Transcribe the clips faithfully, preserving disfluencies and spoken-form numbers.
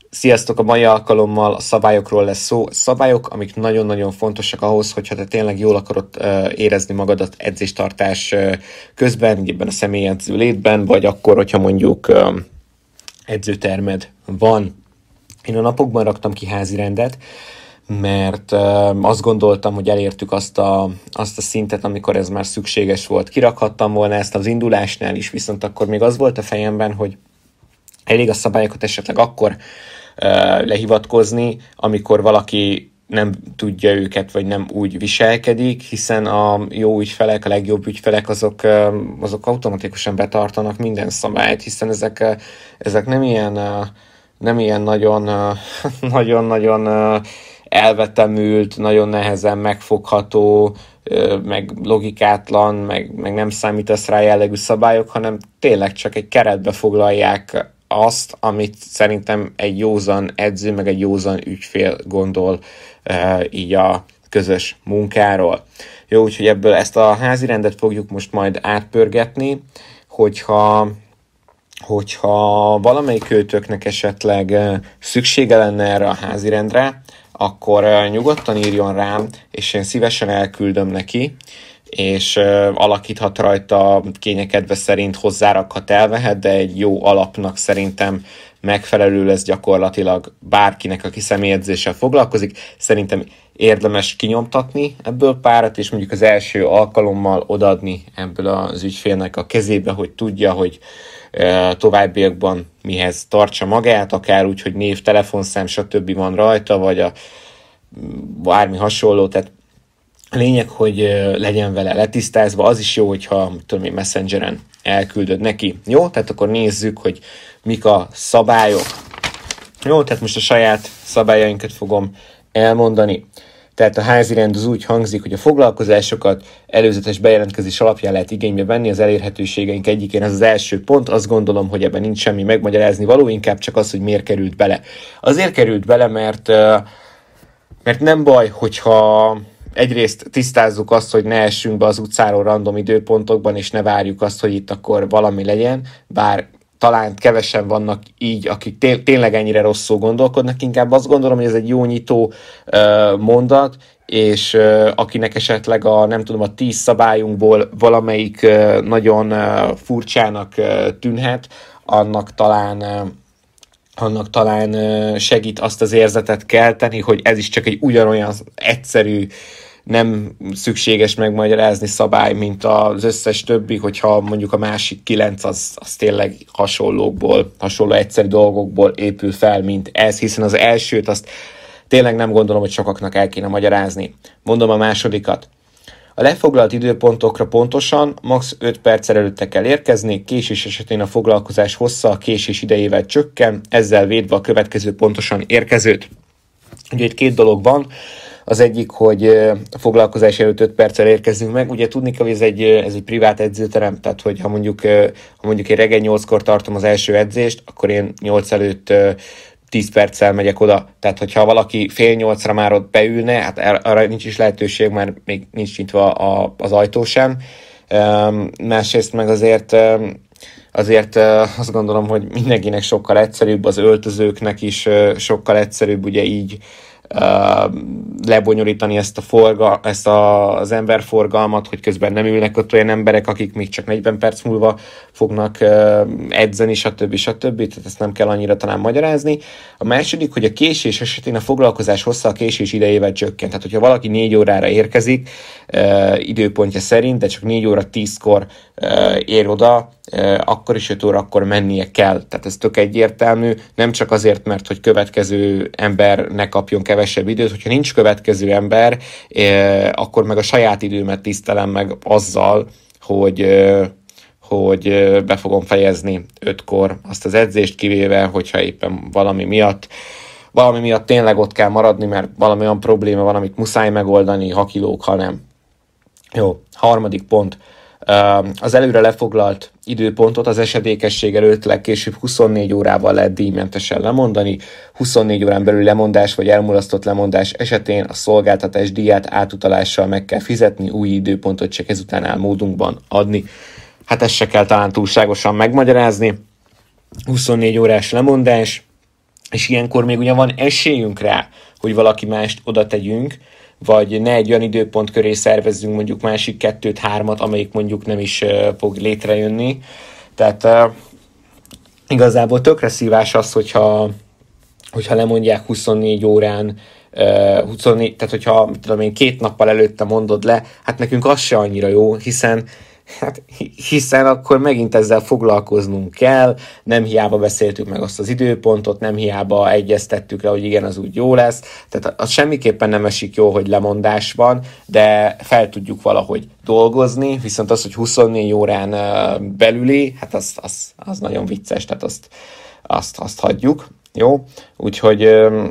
Sziasztok! A mai alkalommal a szabályokról lesz szó. Szabályok, amik nagyon-nagyon fontosak ahhoz, hogyha te tényleg jól akarod uh, érezni magadat edzéstartás uh, közben, ebben a személyedző létben, vagy akkor, hogyha mondjuk uh, edzőtermed van. Én a napokban raktam ki házirendet, mert uh, azt gondoltam, hogy elértük azt a, azt a szintet, amikor ez már szükséges volt. Kirakhattam volna ezt az indulásnál is, viszont akkor még az volt a fejemben, hogy elég a szabályokat esetleg akkor uh, lehivatkozni, amikor valaki nem tudja őket, vagy nem úgy viselkedik, hiszen a jó ügyfelek, a legjobb ügyfelek, azok, uh, azok automatikusan betartanak minden szabályt, hiszen ezek, uh, ezek nem ilyen, uh, nem ilyen nagyon, uh, nagyon-nagyon uh, elvetemült, nagyon nehezen megfogható, uh, meg logikátlan, meg, meg nem számítasz rá jellegű szabályok, hanem tényleg csak egy keretbe foglalják azt, amit szerintem egy józan edző, meg egy józan ügyfél gondol uh, így a közös munkáról. Jó, úgyhogy ebből ezt a házirendet fogjuk most majd átpörgetni, hogyha, hogyha valamelyik őtöknek esetleg uh, szüksége lenne erre a házirendre, akkor uh, nyugodtan írjon rám, és én szívesen elküldöm neki, és uh, alakíthat rajta kényekedve szerint, hozzárakhat, elvehet, de egy jó alapnak szerintem megfelelő lesz gyakorlatilag bárkinek, aki személyedzéssel foglalkozik. Szerintem érdemes kinyomtatni ebből párat, és mondjuk az első alkalommal odaadni ebből az ügyfélnek a kezébe, hogy tudja, hogy uh, továbbiakban mihez tartsa magát, akár úgy, hogy név, telefonszám, stb. Van rajta, vagy a bármi hasonló, tehát a lényeg, hogy legyen vele letisztázva, az is jó, hogyha tudom én, Messengeren elküldöd neki. Jó, tehát akkor nézzük, hogy mik a szabályok. Jó, tehát most a saját szabályainkat fogom elmondani. Tehát a házirend az úgy hangzik, hogy a foglalkozásokat előzetes bejelentkezés alapján lehet igénybe venni, az elérhetőségeink egyikén ez az első pont. Azt gondolom, hogy ebben nincs semmi megmagyarázni való, inkább csak az, hogy miért került bele. Azért került bele, mert, mert nem baj, hogyha egyrészt tisztázzuk azt, hogy ne essünk be az utcáról random időpontokban, és ne várjuk azt, hogy itt akkor valami legyen, bár talán kevesen vannak így, akik té- tényleg ennyire rosszul gondolkodnak, inkább azt gondolom, hogy ez egy jó nyitó uh, mondat, és uh, akinek esetleg a, nem tudom, a tíz szabályunkból valamelyik uh, nagyon uh, furcsának uh, tűnhet, annak talán... Uh, annak talán segít azt az érzetet kelteni, hogy ez is csak egy ugyanolyan egyszerű, nem szükséges megmagyarázni szabály, mint az összes többi, hogyha mondjuk a másik kilenc az, az tényleg hasonlókból, hasonló egyszerű dolgokból épül fel, mint ez, hiszen az elsőt azt tényleg nem gondolom, hogy sokaknak el kéne magyarázni. Mondom a másodikat. A lefoglalt időpontokra pontosan max. öt perccel előtte kell érkezni, késés esetén a foglalkozás hossza a késés idejével csökken, ezzel védve a következő pontosan érkezőt. Ugye itt két dolog van, az egyik, hogy a foglalkozás előtt öt perccel érkezünk meg, ugye tudni kell, hogy ez egy, ez egy privát edzőterem, tehát hogy ha mondjuk, ha mondjuk én reggel nyolckor tartom az első edzést, akkor én nyolc előtt tíz perccel megyek oda, tehát hogyha valaki fél nyolcra már ott beülne, hát arra nincs is lehetőség, mert még nincs nyitva a, az ajtó sem. Um, másrészt meg azért, um, azért uh, azt gondolom, hogy mindenkinek sokkal egyszerűbb, az öltözőknek is uh, sokkal egyszerűbb ugye így uh, lebonyolítani ezt, a forga, ezt a, az emberforgalmat, hogy közben nem ülnek ott olyan emberek, akik még csak negyven perc múlva fognak uh, edzeni, stb. stb. Tehát ezt nem kell annyira talán magyarázni. A második, hogy a késés esetén a foglalkozás hossza a késés idejével csökken. Tehát, hogyha valaki négy órára érkezik uh, időpontja szerint, de csak négy óra tízkor uh, ér oda, uh, akkor is öt óra, akkor mennie kell. Tehát ez tök egyértelmű, nem csak azért, mert hogy következő ember ne kapjon kevesebb időt, hogyha nincs következő ember, uh, akkor meg a saját időmet tisztelem meg azzal, hogy uh, hogy be fogom fejezni ötkor azt az edzést, kivéve, hogyha éppen valami miatt, valami miatt tényleg ott kell maradni, mert valami olyan probléma van, amit muszáj megoldani, ha kilóg, ha nem. Jó, harmadik pont. Az előre lefoglalt időpontot az esedékesség előtt legkésőbb huszonnégy órával lehet díjmentesen lemondani. huszonnégy órán belül lemondás vagy elmulasztott lemondás esetén a szolgáltatás díját átutalással meg kell fizetni, új időpontot csak ezután áll módunkban adni. Hát ezt se kell talán túlságosan megmagyarázni. huszonnégy órás lemondás, és ilyenkor még ugye van esélyünk rá, hogy valaki mást oda tegyünk, vagy ne egy olyan időpont köré szervezzünk mondjuk másik kettőt, hármat, amelyik mondjuk nem is uh, fog létrejönni. Tehát uh, igazából tökre szívás az, hogyha, hogyha lemondják huszonnégy órán, uh, huszonnégy, tehát hogyha tudom én, két nappal előtte mondod le, hát nekünk az se annyira jó, hiszen Hát, hiszen akkor megint ezzel foglalkoznunk kell, nem hiába beszéltük meg azt az időpontot, nem hiába egyeztettük le, hogy igen, az úgy jó lesz, tehát az semmiképpen nem esik jó, hogy lemondás van, de fel tudjuk valahogy dolgozni, viszont az, hogy huszonnégy órán belüli, hát az, az, az nagyon vicces, tehát azt, azt, azt hagyjuk, jó? Úgyhogy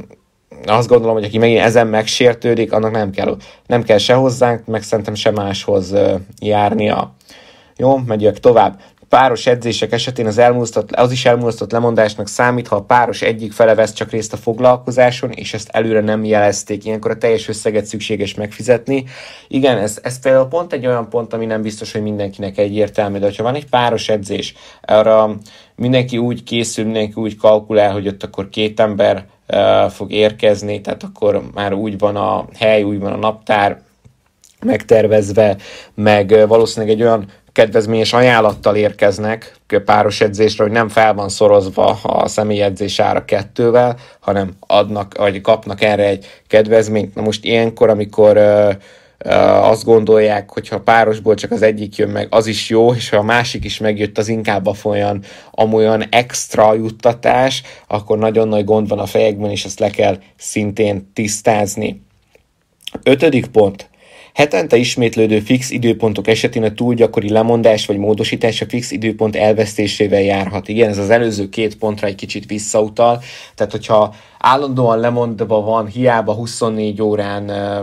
azt gondolom, hogy aki megint ezen megsértődik, annak nem kell, nem kell se hozzánk, meg szerintem se máshoz járnia. Jó, megyek tovább. Páros edzések esetén az, elmulasztott, az is elmulasztott lemondásnak számít, ha a páros egyik fele vesz csak részt a foglalkozáson, és ezt előre nem jelezték. Ilyenkor a teljes összeget szükséges megfizetni. Igen, ez, ez például pont egy olyan pont, ami nem biztos, hogy mindenkinek egyértelmű, de ha van egy páros edzés, arra mindenki úgy készül, mindenki úgy kalkulál, hogy ott akkor két ember uh, fog érkezni, tehát akkor már úgy van a hely, úgy van a naptár megtervezve, meg valószínűleg egy olyan kedvezményes ajánlattal érkeznek páros edzésre, hogy nem fel van szorozva a személyedzés ára kettővel, hanem adnak, vagy kapnak erre egy kedvezményt. Na most ilyenkor, amikor uh, uh, azt gondolják, hogy ha párosból csak az egyik jön meg, az is jó, és ha a másik is megjött, az inkább a folyan amolyan extra juttatás, akkor nagyon nagy gond van a fejekben, és ezt le kell szintén tisztázni. Ötödik pont. Hetente ismétlődő fix időpontok esetén a túl gyakori lemondás vagy módosítás a fix időpont elvesztésével járhat. Igen, ez az előző két pontra egy kicsit visszautal. Tehát, hogyha állandóan lemondva van, hiába huszonnégy órán,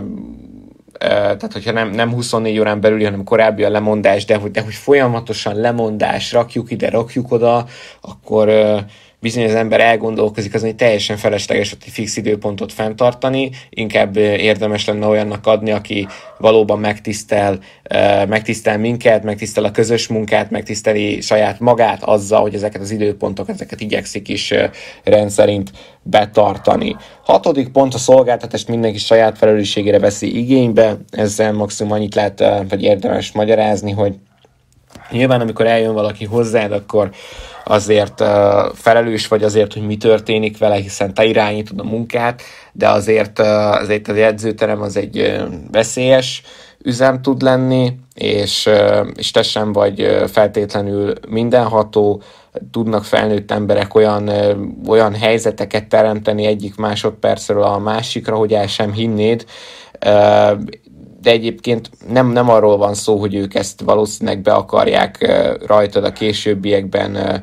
tehát, hogyha nem, nem huszonnégy órán belüli, hanem korábbi a lemondás, de hogy, de hogy folyamatosan lemondás, rakjuk ide, rakjuk oda, akkor bizony az ember elgondolkozik azon, hogy teljesen felesleges a fix időpontot fenntartani, inkább érdemes lenne olyannak adni, aki valóban megtisztel, megtisztel minket, megtisztel a közös munkát, megtiszteli saját magát azzal, hogy ezeket az időpontok, ezeket igyekszik is rendszerint betartani. Hatodik pont, a szolgáltatást mindenki saját felelősségére veszi igénybe, ezzel maximum annyit lehet, vagy érdemes magyarázni, hogy nyilván, amikor eljön valaki hozzád, akkor azért uh, felelős vagy azért, hogy mi történik vele, hiszen te irányítod a munkát, de azért, uh, azért az edzőterem az egy uh, veszélyes üzem tud lenni, és, uh, és te sem vagy uh, feltétlenül mindenható, tudnak felnőtt emberek olyan, uh, olyan helyzeteket teremteni egyik másodpercről a másikra, hogy el sem hinnéd, uh, de egyébként nem, nem arról van szó, hogy ők ezt valószínűleg be akarják uh, rajtad a későbbiekben uh,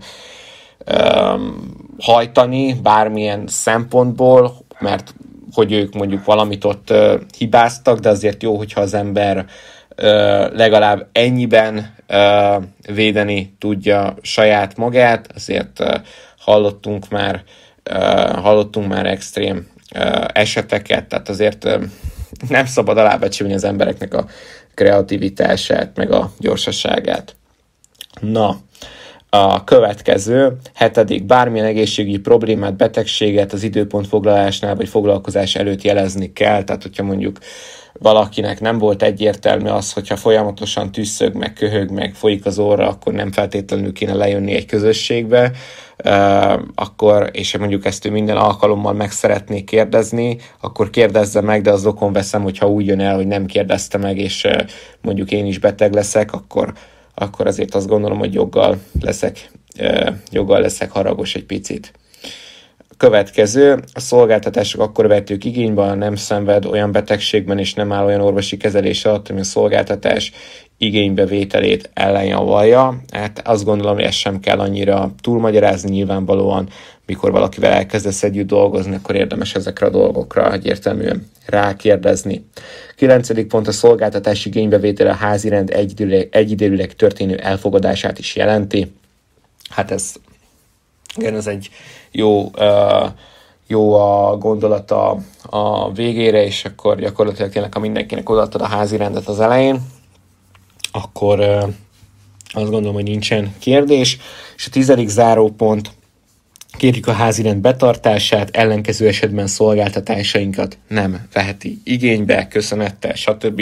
um, hajtani bármilyen szempontból, mert hogy ők mondjuk valamit ott uh, hibáztak, de azért jó, hogyha az ember uh, legalább ennyiben uh, védeni tudja saját magát, azért uh, hallottunk már uh, hallottunk már extrém uh, eseteket, tehát azért uh, nem szabad alábecsülni az embereknek a kreativitását, meg a gyorsaságát. Na, a következő, hetedik, bármilyen egészségügyi problémát, betegséget az időpontfoglalásnál vagy foglalkozás előtt jelezni kell, tehát hogyha mondjuk valakinek nem volt egyértelmű az, hogyha folyamatosan tüsszög, meg köhög, meg folyik az orra, akkor nem feltétlenül kéne lejönni egy közösségbe, uh, akkor, és mondjuk ezt ő minden alkalommal meg szeretné kérdezni, akkor kérdezze meg, de az okon veszem, hogyha úgy jön el, hogy nem kérdezte meg, és uh, mondjuk én is beteg leszek, akkor, akkor azért azt gondolom, hogy joggal leszek, uh, joggal leszek haragos egy picit. Következő, a szolgáltatások akkor vettük igénybe, ha nem szenved olyan betegségben és nem áll olyan orvosi kezelés alatt, ami a szolgáltatás igénybevételét ellenjavalja. Hát azt gondolom, hogy ezt sem kell annyira túlmagyarázni, nyilvánvalóan, mikor valakivel elkezdesz együtt dolgozni, akkor érdemes ezekre a dolgokra egyértelműen rákérdezni. Kilencedik pont, a szolgáltatás igénybevétele a házirend egyidőleg, egyidejűleg történő elfogadását is jelenti. Hát ez igen, ez egy jó, uh, jó a gondolata a végére, és akkor gyakorlatilag tényleg, ha mindenkinek odaadtad a házi rendet az elején, akkor uh, azt gondolom, hogy nincsen kérdés. És a tizedik zárópont, Kérjük a házirend betartását, ellenkező esetben szolgáltatásainkat nem veheti igénybe, köszönettel, stb.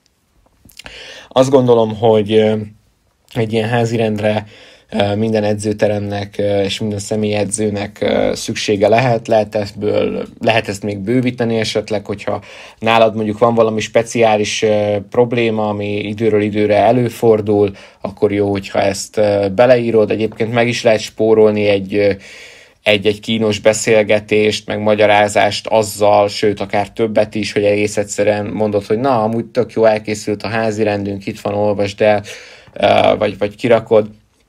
Azt gondolom, hogy egy ilyen házirendre minden edzőteremnek és minden személyedzőnek szüksége lehet, lehet, ebből, lehet ezt még bővíteni esetleg, hogyha nálad mondjuk van valami speciális probléma, ami időről időre előfordul, akkor jó, hogyha ezt beleírod. Egyébként meg is lehet spórolni egy egy-egy kínos beszélgetést, meg magyarázást azzal, sőt, akár többet is, hogy egész egyszerűen mondod, hogy na, amúgy tök jó, elkészült a házirendünk, itt van, olvasd el, vagy, vagy kirakod.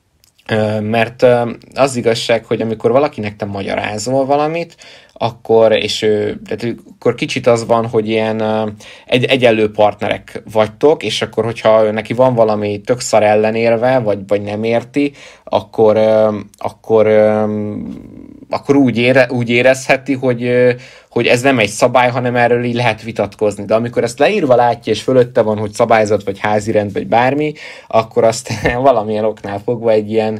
Mert az igazság, hogy amikor valakinek te magyarázol valamit, akkor, és ő, tehát akkor kicsit az van, hogy ilyen egy, egyenlő partnerek vagytok, és akkor, hogyha neki van valami tök szar ellenérve, vagy, vagy nem érti, akkor, akkor, akkor úgy, ére, úgy érezheti, hogy, hogy ez nem egy szabály, hanem erről így lehet vitatkozni. De amikor ezt leírva látja, és fölötte van, hogy szabályzat, vagy házirend, vagy bármi, akkor azt valamilyen oknál fogva egy ilyen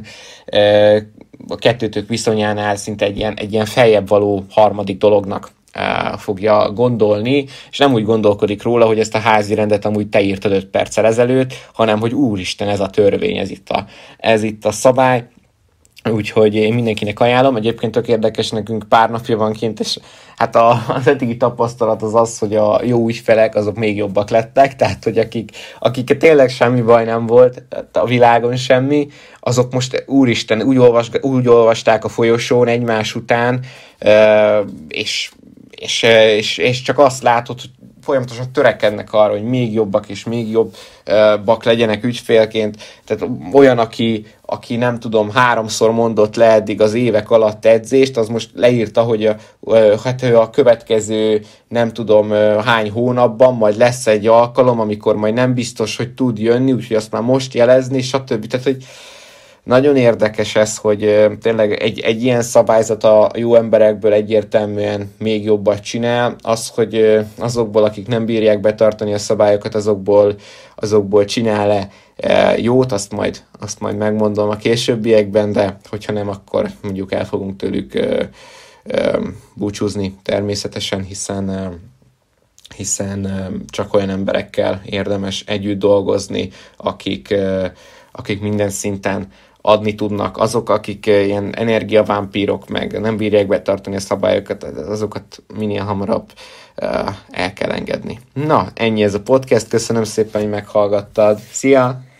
a kettőtök viszonyánál szinte egy ilyen, egy ilyen feljebb való harmadik dolognak uh, fogja gondolni, és nem úgy gondolkodik róla, hogy ezt a házirendet amúgy te írtad öt perccel ezelőtt, hanem hogy úristen, ez a törvény, ez itt a, ez itt a szabály. Úgyhogy én mindenkinek ajánlom. Egyébként tök érdekes, nekünk pár napja van kint, és hát a, az eddigi tapasztalat az az, hogy a jó ügyfelek azok még jobbak lettek, tehát hogy akik, akik tényleg semmi baj nem volt, a világon semmi, azok most úristen úgy, olvas, úgy olvasták a folyosón egymás után, és, és, és, és csak azt látod, hogy folyamatosan törekednek arra, hogy még jobbak és még jobbak legyenek ügyfélként. Tehát olyan, aki, aki nem tudom, háromszor mondott le eddig az évek alatt edzést, az most leírta, hogy a, hát a következő nem tudom hány hónapban majd lesz egy alkalom, amikor majd nem biztos, hogy tud jönni, úgyhogy azt már most jelezni, stb. Tehát, hogy nagyon érdekes ez, hogy tényleg egy, egy ilyen szabályzat a jó emberekből egyértelműen még jobbat csinál. Az, hogy azokból, akik nem bírják betartani a szabályokat, azokból, azokból csinál-e jót, azt majd, azt majd megmondom a későbbiekben, de hogyha nem, akkor mondjuk el fogunk tőlük búcsúzni természetesen, hiszen hiszen csak olyan emberekkel érdemes együtt dolgozni, akik, akik minden szinten adni tudnak. Azok, akik ilyen energiavámpírok, meg nem bírják betartani a szabályokat, azokat minél hamarabb el kell engedni. Na, ennyi ez a podcast. Köszönöm szépen, hogy meghallgattad. Szia!